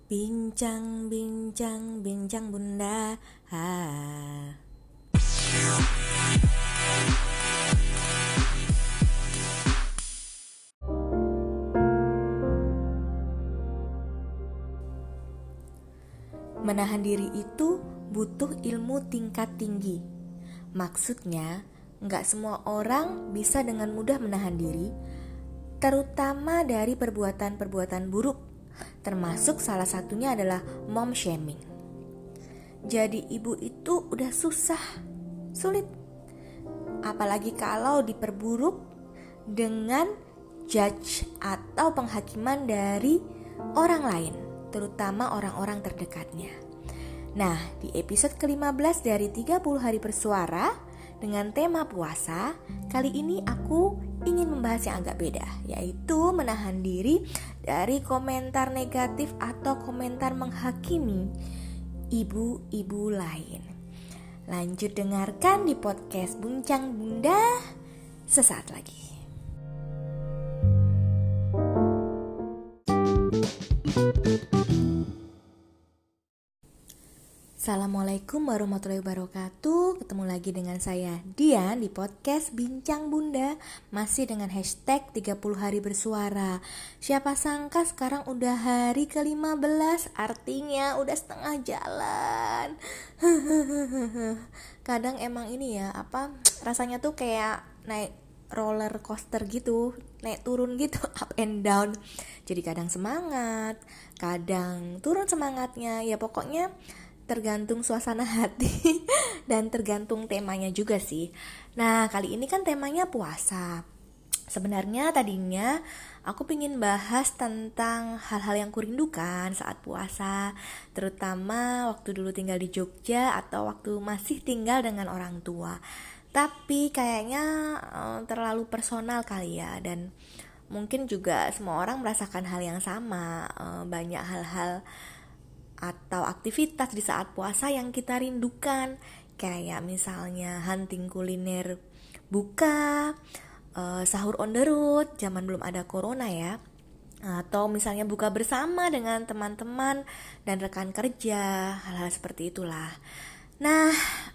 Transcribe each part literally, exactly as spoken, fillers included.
Bincang, bincang, bincang bunda. Ha. Menahan diri itu butuh ilmu tingkat tinggi. Maksudnya, nggak semua orang bisa dengan mudah menahan diri, terutama dari perbuatan-perbuatan buruk. Termasuk salah satunya adalah mom shaming. Jadi ibu itu udah susah, sulit. Apalagi kalau diperburuk dengan judge atau penghakiman dari orang lain, terutama orang-orang terdekatnya. Nah, di episode kelima belas dari tiga puluh hari bersuara dengan tema puasa, kali ini aku ingin membahas yang agak beda, yaitu menahan diri dari komentar negatif atau komentar menghakimi ibu-ibu lain. Lanjut dengarkan di podcast Bincang Bunda sesaat lagi. Assalamualaikum warahmatullahi wabarakatuh. Ketemu lagi dengan saya Dian di podcast Bincang Bunda, masih dengan hashtag tiga puluh hari bersuara. Siapa sangka sekarang udah hari ke lima belas, artinya udah setengah jalan. Kadang emang ini ya, apa rasanya tuh kayak naik roller coaster gitu, naik turun gitu, up and down. Jadi kadang semangat, kadang turun semangatnya. Ya pokoknya tergantung suasana hati dan tergantung temanya juga sih. Nah, kali ini kan temanya puasa. Sebenarnya tadinya aku pengen bahas tentang hal-hal yang kurindukan saat puasa, terutama waktu dulu tinggal di Jogja atau waktu masih tinggal dengan orang tua. Tapi kayaknya uh, terlalu personal kali ya, dan mungkin juga semua orang merasakan hal yang sama. Uh, banyak hal-hal atau aktivitas di saat puasa yang kita rindukan, kayak misalnya hunting kuliner buka, uh, sahur on the road, zaman belum ada corona ya, atau misalnya buka bersama dengan teman-teman dan rekan kerja, hal-hal seperti itulah. Nah,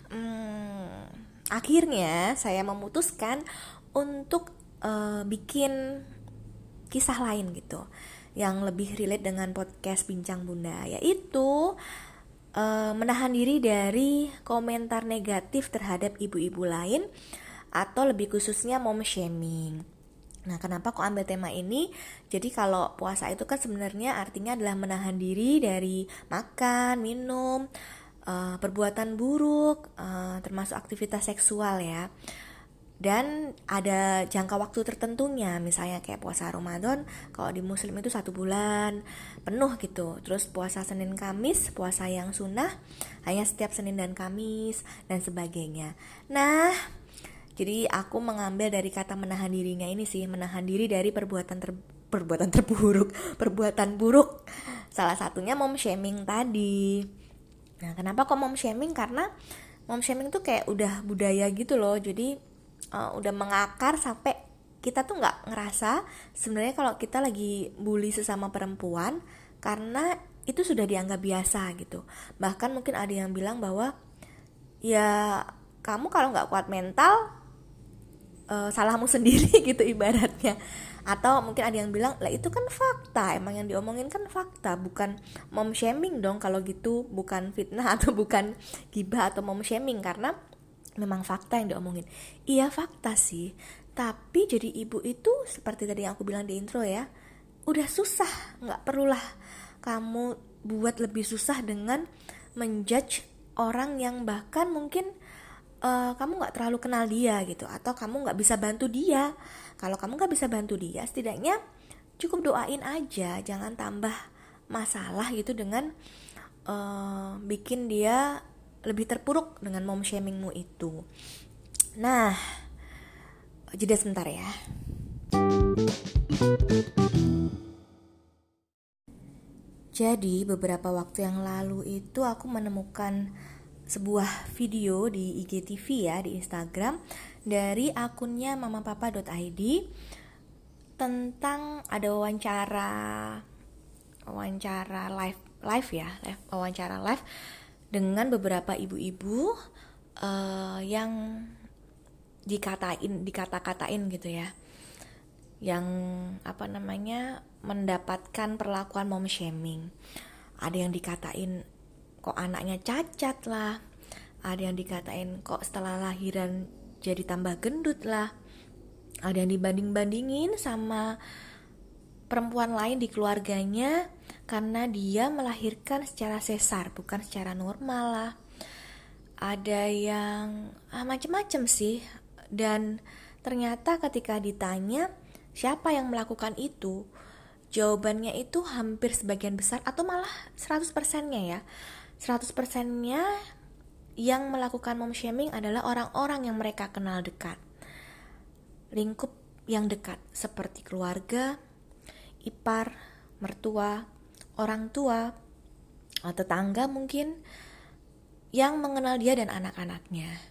hmm, akhirnya saya memutuskan untuk uh, bikin kisah lain gitu, yang lebih relate dengan podcast Bincang Bunda, yaitu uh, menahan diri dari komentar negatif terhadap ibu-ibu lain, atau lebih khususnya mom shaming. Nah, kenapa kok ambil tema ini? Jadi kalau puasa itu kan sebenarnya artinya adalah menahan diri dari makan, minum, uh, perbuatan buruk, uh, termasuk aktivitas seksual ya. Dan ada jangka waktu tertentunya, misalnya kayak puasa Ramadan, kalau di muslim itu satu bulan penuh gitu. Terus puasa Senin Kamis, puasa yang sunnah hanya setiap Senin dan Kamis, dan sebagainya. Nah, jadi aku mengambil dari kata menahan dirinya ini sih, menahan diri dari perbuatan ter, perbuatan terburuk, perbuatan buruk. Salah satunya mom shaming tadi. Nah, kenapa kok mom shaming? Karena mom shaming tuh kayak udah budaya gitu loh. Jadi Uh, udah mengakar sampai kita tuh nggak ngerasa sebenarnya kalau kita lagi bully sesama perempuan, karena itu sudah dianggap biasa gitu. Bahkan mungkin ada yang bilang bahwa ya kamu kalau nggak kuat mental, uh, salahmu sendiri gitu ibaratnya. Atau mungkin ada yang bilang, lah itu kan fakta, emang yang diomongin kan fakta, bukan mom shaming dong kalau gitu, bukan fitnah atau bukan gibah atau mom shaming, karena memang fakta yang diomongin. Iya fakta sih, tapi jadi ibu itu seperti tadi yang aku bilang di intro ya, udah susah. Gak perlulah kamu buat lebih susah dengan menjudge orang yang bahkan mungkin uh, kamu gak terlalu kenal dia gitu, atau kamu gak bisa bantu dia. Kalau kamu gak bisa bantu dia, setidaknya cukup doain aja, jangan tambah masalah gitu dengan uh, bikin dia lebih terpuruk dengan mom shamingmu itu. Nah, jeda sebentar ya. Jadi beberapa waktu yang lalu itu aku menemukan sebuah video di I G T V ya, di Instagram, dari akunnya mamapapa dot i d, tentang ada wawancara wawancara live live ya, live wawancara live dengan beberapa ibu-ibu uh, yang dikatain, dikata-katain gitu ya, yang apa namanya mendapatkan perlakuan mom shaming. Ada yang dikatain kok anaknya cacat lah, ada yang dikatain kok setelah lahiran jadi tambah gendut lah, ada yang dibanding-bandingin sama perempuan lain di keluarganya karena dia melahirkan secara sesar bukan secara normal lah. Ada yang ah, macem-macem sih. Dan ternyata ketika ditanya siapa yang melakukan itu, jawabannya itu hampir sebagian besar atau malah seratus persennya ya, seratus persennya yang melakukan mom shaming adalah orang-orang yang mereka kenal dekat, lingkup yang dekat seperti keluarga, ipar, mertua, orang tua, tetangga mungkin yang mengenal dia dan anak-anaknya.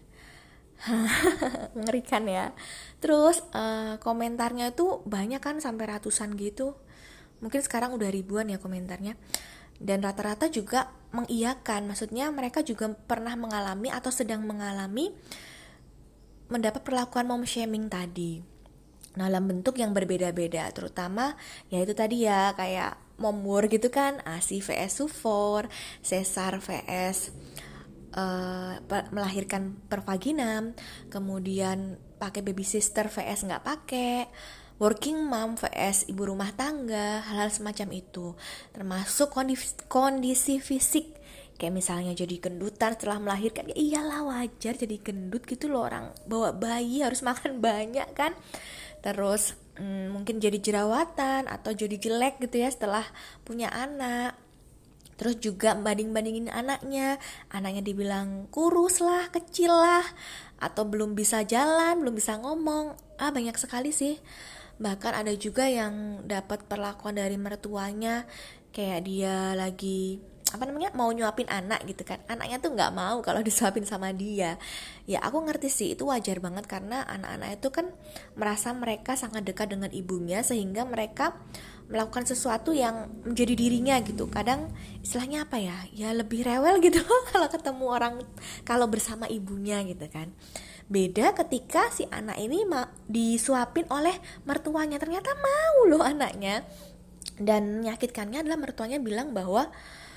Mengerikan ya. Terus uh, komentarnya itu banyak kan, sampai ratusan gitu. Mungkin sekarang udah ribuan ya komentarnya. Dan rata-rata juga mengiyakan, maksudnya mereka juga pernah mengalami atau sedang mengalami mendapat perlakuan mom shaming tadi dalam bentuk yang berbeda-beda, terutama ya itu tadi ya, kayak mom war gitu kan, A S I vs Sufor, sesar vs uh, melahirkan per vagina, kemudian pakai baby sister vs nggak pakai, working mom vs ibu rumah tangga, hal-hal semacam itu, termasuk kondisi, kondisi fisik. Kayak misalnya jadi gendutan setelah melahirkan, ya iyalah wajar jadi gendut gitu loh, orang bawa bayi harus makan banyak kan. Terus hmm, mungkin jadi jerawatan atau jadi jelek gitu ya setelah punya anak. Terus juga banding-bandingin anaknya, anaknya dibilang kurus lah, kecil lah, atau belum bisa jalan, belum bisa ngomong. Ah, banyak sekali sih. Bahkan ada juga yang dapat perlakuan dari mertuanya, kayak dia lagi apa namanya mau nyuapin anak gitu kan, anaknya tuh nggak mau kalau disuapin sama dia. Ya aku ngerti sih, itu wajar banget karena anak-anak itu kan merasa mereka sangat dekat dengan ibunya, sehingga mereka melakukan sesuatu yang menjadi dirinya gitu. Kadang istilahnya apa ya, ya lebih rewel gitu loh kalau ketemu orang, kalau bersama ibunya gitu kan. Beda ketika si anak ini ma- disuapin oleh mertuanya, ternyata mau loh anaknya. Dan menyakitkannya adalah mertuanya bilang bahwa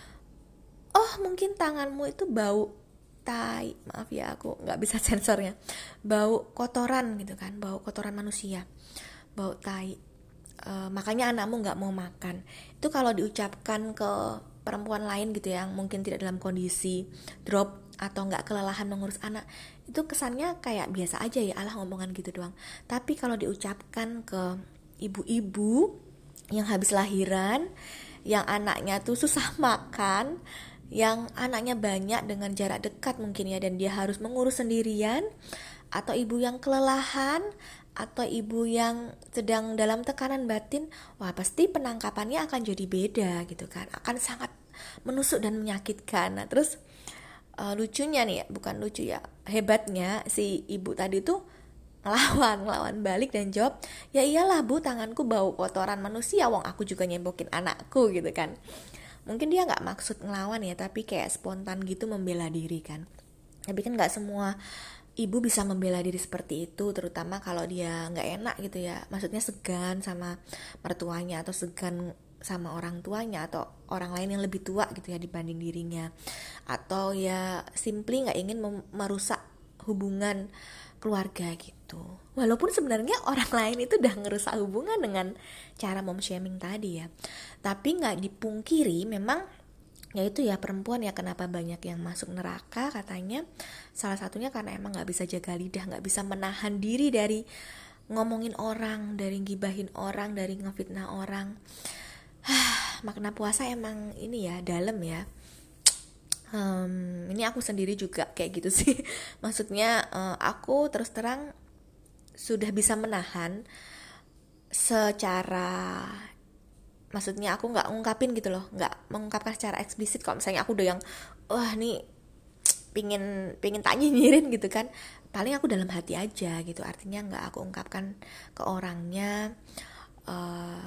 oh mungkin tanganmu itu bau tai, maaf ya aku nggak bisa sensornya, bau kotoran gitu kan, bau kotoran manusia, bau tai, e, makanya anakmu nggak mau makan. Itu kalau diucapkan ke perempuan lain gitu yang mungkin tidak dalam kondisi drop atau nggak kelelahan mengurus anak, itu kesannya kayak biasa aja ya, alah ngomongan gitu doang. Tapi kalau diucapkan ke ibu-ibu yang habis lahiran, yang anaknya tuh susah makan, yang anaknya banyak dengan jarak dekat mungkin ya, dan dia harus mengurus sendirian, atau ibu yang kelelahan, atau ibu yang sedang dalam tekanan batin, wah pasti penangkapannya akan jadi beda gitu kan, akan sangat menusuk dan menyakitkan. Nah terus uh, lucunya nih ya, bukan lucu ya, hebatnya si ibu tadi tuh ngelawan, ngelawan balik dan jawab, ya iyalah bu, tanganku bau kotoran manusia, wong aku juga nyembokin anakku gitu kan. Mungkin dia gak maksud ngelawan ya, tapi kayak spontan gitu membela diri kan. Tapi kan gak semua ibu bisa membela diri seperti itu, terutama kalau dia gak enak gitu ya, maksudnya segan sama mertuanya atau segan sama orang tuanya atau orang lain yang lebih tua gitu ya dibanding dirinya, atau ya simply gak ingin mem- merusak hubungan keluarga gitu. Walaupun sebenarnya orang lain itu udah ngerusak hubungan dengan cara mom shaming tadi ya. Tapi gak dipungkiri memang ya itu ya, perempuan ya kenapa banyak yang masuk neraka katanya. Salah satunya karena emang gak bisa jaga lidah, gak bisa menahan diri dari ngomongin orang, dari gibahin orang, dari ngefitnah orang. Makna puasa emang ini ya, dalam ya. Um, ini aku sendiri juga kayak gitu sih. Maksudnya uh, aku terus terang sudah bisa menahan secara, maksudnya aku nggak ngungkapin gitu loh, nggak mengungkapkan secara eksplisit. Kalau misalnya aku udah yang wah nih pingin pingin tak nyinyirin gitu kan, paling aku dalam hati aja gitu, artinya nggak aku ungkapkan ke orangnya. Uh,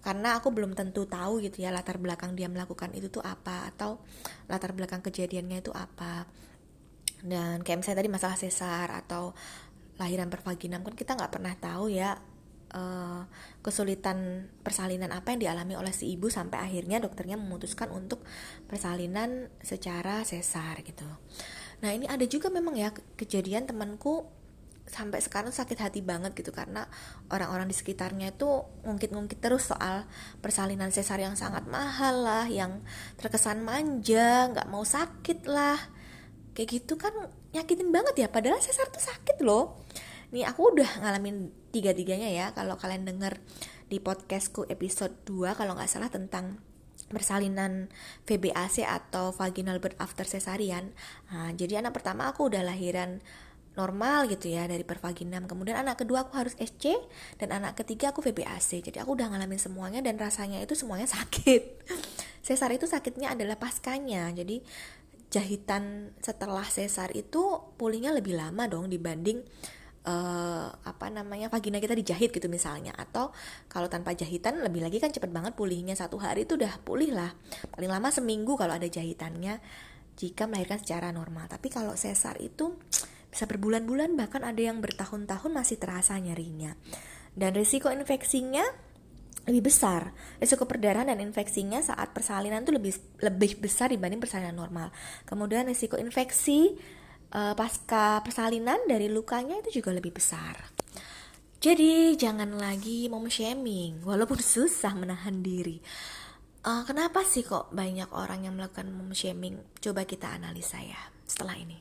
karena aku belum tentu tahu gitu ya latar belakang dia melakukan itu tuh apa, atau latar belakang kejadiannya itu apa. Dan kayak misalnya tadi masalah sesar atau lahiran per vaginam, kan kita nggak pernah tahu ya uh, kesulitan persalinan apa yang dialami oleh si ibu sampai akhirnya dokternya memutuskan untuk persalinan secara sesar gitu. Nah ini ada juga memang ya kejadian temanku sampai sekarang sakit hati banget gitu, karena orang-orang di sekitarnya itu ngungkit-ngungkit terus soal persalinan sesar yang sangat mahal lah, yang terkesan manja, nggak mau sakit lah, kayak gitu kan nyakitin banget ya, padahal sesar tuh sakit loh. Nih aku udah ngalamin tiga-tiganya ya, kalau kalian denger di podcastku episode dua kalau nggak salah tentang persalinan V B A C atau vaginal birth after cesarean. Nah, jadi anak pertama aku udah lahiran normal gitu ya dari pervaginam, kemudian anak kedua aku harus S C, dan anak ketiga aku V B A C. Jadi aku udah ngalamin semuanya dan rasanya itu semuanya sakit. Sesar itu sakitnya adalah paskanya, jadi jahitan setelah sesar itu pulihnya lebih lama dong dibanding uh, apa namanya vagina kita dijahit gitu misalnya. Atau kalau tanpa jahitan lebih lagi kan cepet banget pulihnya, satu hari itu udah pulih lah, paling lama seminggu kalau ada jahitannya jika melahirkan secara normal. Tapi kalau sesar itu bisa berbulan-bulan, bahkan ada yang bertahun-tahun masih terasa nyerinya. Dan risiko infeksinya lebih besar. Risiko perdarahan dan infeksinya saat persalinan itu lebih lebih besar dibanding persalinan normal. Kemudian risiko infeksi uh, pasca persalinan dari lukanya itu juga lebih besar. Jadi jangan lagi mom shaming, walaupun susah menahan diri. Uh, kenapa sih kok banyak orang yang melakukan mom shaming? Coba kita analisa ya setelah ini.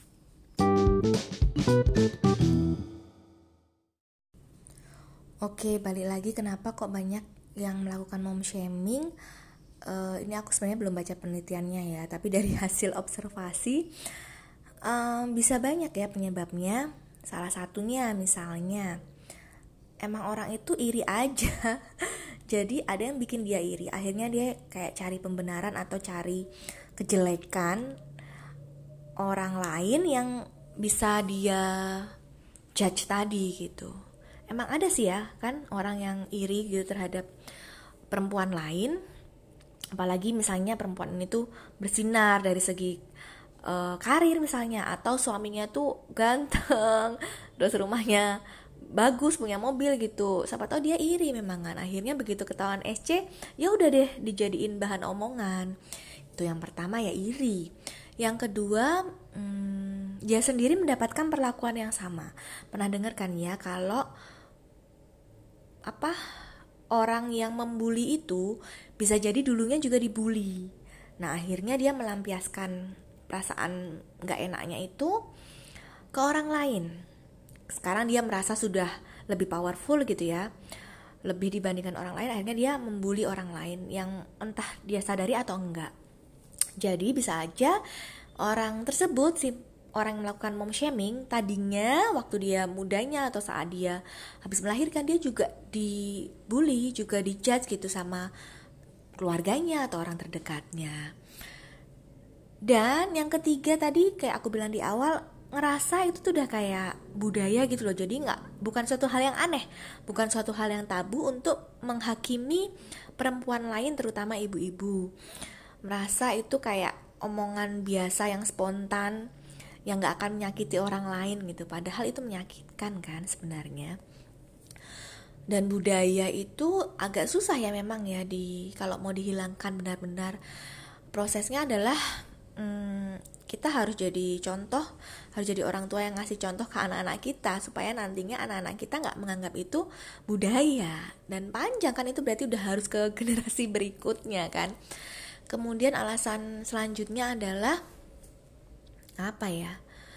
Oke, balik lagi kenapa kok banyak yang melakukan mom shaming. Uh, ini aku sebenarnya belum baca penelitiannya ya, tapi dari hasil observasi um, bisa banyak ya penyebabnya. Salah satunya misalnya emang orang itu iri aja. Jadi ada yang bikin dia iri, akhirnya dia kayak cari pembenaran atau cari kejelekan orang lain yang bisa dia judge tadi gitu. Emang ada sih ya kan orang yang iri gitu terhadap perempuan lain, apalagi misalnya perempuan ini tuh bersinar dari segi uh, karir misalnya, atau suaminya tuh ganteng, terus rumahnya bagus, punya mobil gitu, siapa tahu dia iri memang kan. Akhirnya begitu ketahuan S C, ya udah deh dijadiin bahan omongan. Itu yang pertama ya, iri. Yang kedua, hmm, dia sendiri mendapatkan perlakuan yang sama. Pernah dengar kan ya kalau apa orang yang membuli itu bisa jadi dulunya juga dibully. Nah akhirnya dia melampiaskan perasaan gak enaknya itu ke orang lain. Sekarang dia merasa sudah lebih powerful gitu ya, lebih dibandingkan orang lain. Akhirnya dia membuli orang lain yang entah dia sadari atau enggak. Jadi bisa aja orang tersebut, si orang yang melakukan mom shaming, tadinya waktu dia mudanya atau saat dia habis melahirkan, dia juga dibully, juga dijudge gitu sama keluarganya atau orang terdekatnya. Dan yang ketiga tadi kayak aku bilang di awal, ngerasa itu tuh udah kayak budaya gitu loh. Jadi nggak, bukan suatu hal yang aneh, bukan suatu hal yang tabu untuk menghakimi perempuan lain, terutama ibu-ibu. Merasa itu kayak omongan biasa yang spontan, yang gak akan menyakiti orang lain gitu. Padahal itu menyakitkan kan sebenarnya. Dan budaya itu agak susah ya memang ya, di kalau mau dihilangkan benar-benar. Prosesnya adalah hmm, kita harus jadi contoh, harus jadi orang tua yang ngasih contoh ke anak-anak kita, supaya nantinya anak-anak kita gak menganggap itu budaya. Dan panjang kan, itu berarti udah harus ke generasi berikutnya kan. Kemudian alasan selanjutnya adalah apa ya?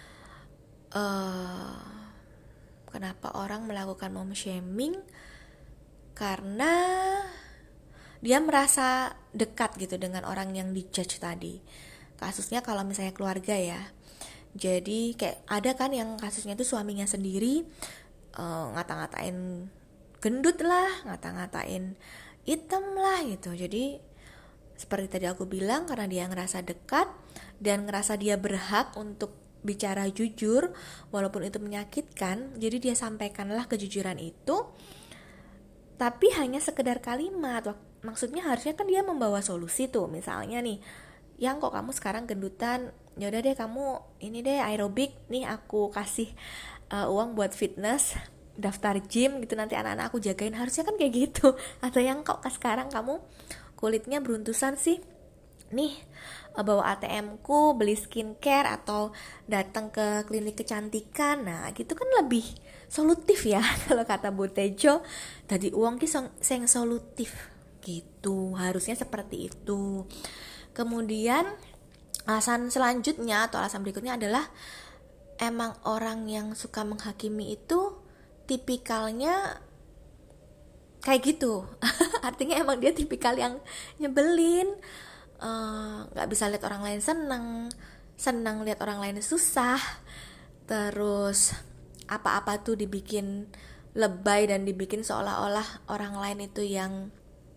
Uh, kenapa orang melakukan mom shaming? Karena dia merasa dekat gitu dengan orang yang dijudge tadi. Kasusnya kalau misalnya keluarga ya. Jadi kayak ada kan yang kasusnya itu suaminya sendiri uh, ngata-ngatain gendut lah, ngata-ngatain hitam lah gitu. Jadi seperti tadi aku bilang, karena dia ngerasa dekat dan ngerasa dia berhak untuk bicara jujur walaupun itu menyakitkan, jadi dia sampaikanlah kejujuran itu. tapi hanya sekedar kalimat. Maksudnya harusnya kan dia membawa solusi tuh. Misalnya nih, yang kok kamu sekarang gendutan, yaudah deh kamu ini deh aerobik, nih aku kasih uh, uang buat fitness, daftar gym gitu, nanti anak-anak aku jagain. Harusnya kan kayak gitu. Atau yang kok sekarang kamu kulitnya beruntusan sih, nih bawa A T M ku beli skincare atau datang ke klinik kecantikan. Nah gitu kan lebih solutif ya. Kalau kata Bu Tejo tadi, uang ki sing solutif gitu, harusnya seperti itu. Kemudian alasan selanjutnya atau alasan berikutnya adalah emang orang yang suka menghakimi itu tipikalnya kayak gitu. Artinya emang dia tipikal yang nyebelin, nggak uh, bisa lihat orang lain seneng, senang lihat orang lain susah, terus apa-apa tuh dibikin lebay dan dibikin seolah-olah orang lain itu yang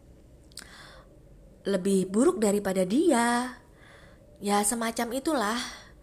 lebih buruk daripada dia, ya semacam itulah.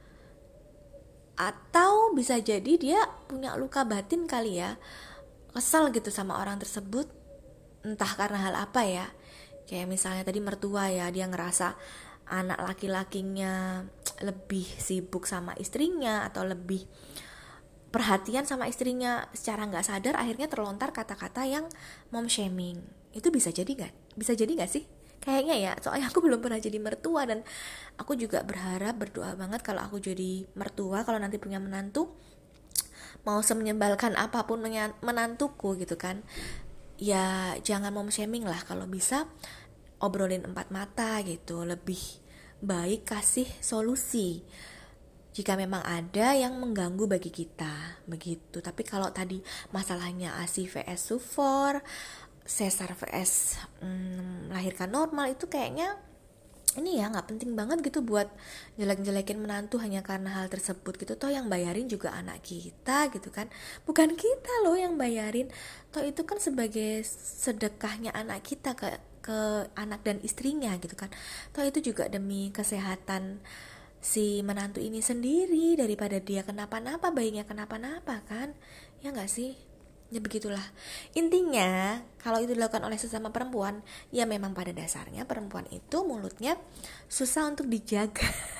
Atau bisa jadi dia punya luka batin kali ya, kesal gitu sama orang tersebut, entah karena hal apa ya. Kayak misalnya tadi mertua ya, dia ngerasa anak laki-lakinya lebih sibuk sama istrinya atau lebih perhatian sama istrinya, secara nggak sadar akhirnya terlontar kata-kata yang mom shaming. Itu bisa jadi nggak? Bisa jadi nggak sih? Kayaknya ya, soalnya aku belum pernah jadi mertua dan aku juga berharap, berdoa banget kalau aku jadi mertua, kalau nanti punya menantu, mau semenyebalkan apapun menantuku gitu kan, ya jangan mom shaming lah, kalau bisa obrolin empat mata gitu, lebih baik kasih solusi jika memang ada yang mengganggu bagi kita begitu. Tapi kalau tadi masalahnya A S I vs Sufor, sesar vs hmm, melahirkan normal, itu kayaknya ini ya nggak penting banget gitu buat jelek-jelekin menantu hanya karena hal tersebut gitu. Toh yang bayarin juga anak kita gitu kan, bukan kita loh yang bayarin. Toh itu kan sebagai sedekahnya anak kita ke ke anak dan istrinya gitu kan. Toh itu juga demi kesehatan si menantu ini sendiri, daripada dia kenapa-napa, bayinya kenapa-napa kan, ya nggak sih? Ya begitulah. Intinya kalau itu dilakukan oleh sesama perempuan, ya memang pada dasarnya perempuan itu mulutnya susah untuk dijaga.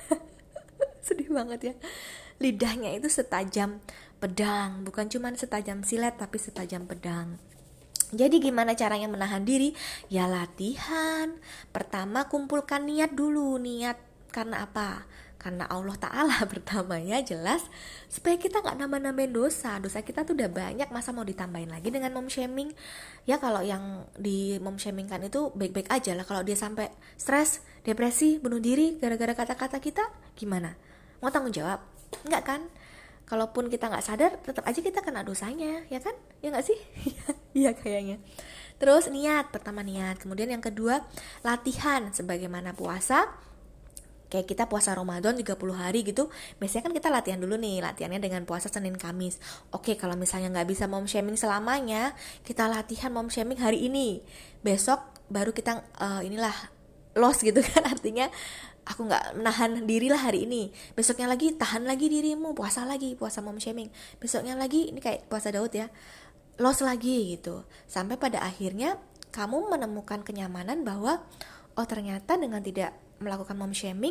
Sedih banget ya. Lidahnya itu setajam pedang, bukan cuma setajam silet tapi setajam pedang. Jadi gimana caranya menahan diri? Ya latihan. Pertama kumpulkan niat dulu. Niat karena apa? Karena Allah Ta'ala pertama ya, jelas, supaya kita gak nambah-nambahin dosa. Dosa kita tuh udah banyak, masa mau ditambahin lagi dengan mom shaming? Ya kalau yang di mom shaming kan itu baik-baik aja lah. Kalau dia sampai stres, depresi, bunuh diri gara-gara kata-kata kita, gimana? Mau tanggung jawab? Enggak kan? Kalaupun kita gak sadar, tetap aja kita kena dosanya, ya kan? Ya gak sih? Iya kayaknya. Terus niat, pertama niat. Kemudian yang kedua, latihan. Sebagaimana puasa, kayak kita puasa Ramadan tiga puluh hari gitu, biasanya kan kita latihan dulu nih, latihannya dengan puasa Senin Kamis. Oke, kalau misalnya gak bisa mom shaming selamanya, kita latihan mom shaming hari ini, besok baru kita uh, inilah loss gitu kan. Artinya aku gak menahan diri lah hari ini, besoknya lagi tahan lagi dirimu, puasa lagi, puasa mom shaming. Besoknya lagi, ini kayak puasa Daud ya, loss lagi gitu. Sampai pada akhirnya kamu menemukan kenyamanan bahwa oh ternyata dengan tidak melakukan mom shaming,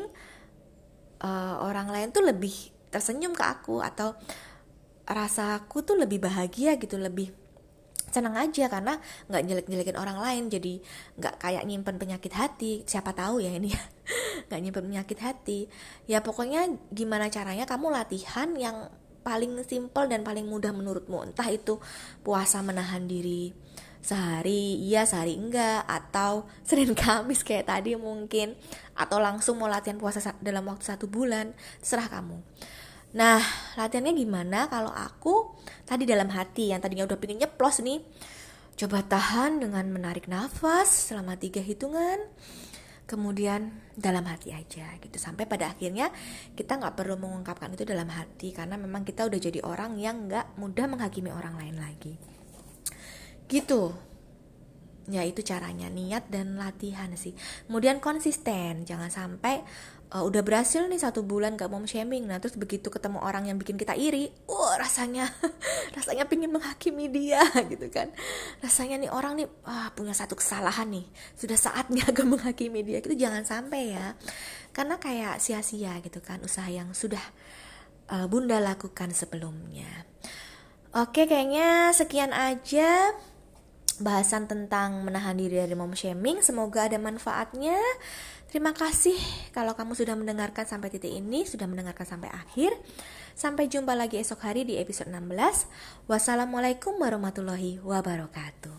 uh, orang lain tuh lebih tersenyum ke aku, atau rasaku tuh lebih bahagia gitu, lebih senang aja karena nggak jelek-jelekin orang lain, jadi nggak kayak nyimpen penyakit hati. Siapa tahu ya ini nggak nyimpen penyakit hati. Ya pokoknya gimana caranya kamu latihan yang paling simpel dan paling mudah menurutmu, entah itu puasa menahan diri sehari iya sehari enggak, atau Senin Kamis kayak tadi mungkin, atau langsung mau latihan puasa dalam waktu satu bulan, terserah kamu. Nah latihannya gimana? Kalau aku tadi dalam hati, yang tadinya udah pengen nyeplos nih, coba tahan dengan menarik nafas selama tiga hitungan, kemudian dalam hati aja gitu, sampai pada akhirnya kita gak perlu mengungkapkan itu dalam hati, karena memang kita udah jadi orang yang gak mudah menghakimi orang lain lagi gitu. Ya itu caranya, niat dan latihan sih. Kemudian konsisten, jangan sampai uh, udah berhasil nih satu bulan gak mom shaming, nah terus begitu ketemu orang yang bikin kita iri, wah rasanya rasanya pingin menghakimi dia gitu kan. Rasanya nih orang nih ah, punya satu kesalahan nih, sudah saatnya agak menghakimi dia. Itu jangan sampai ya, karena kayak sia-sia gitu kan usaha yang sudah uh, Bunda lakukan sebelumnya. Oke, kayaknya sekian aja bahasan tentang menahan diri dari mom shaming. Semoga ada manfaatnya. Terima kasih kalau kamu sudah mendengarkan sampai titik ini, sudah mendengarkan sampai akhir. Sampai jumpa lagi esok hari di episode enam belas. Wassalamualaikum warahmatullahi wabarakatuh.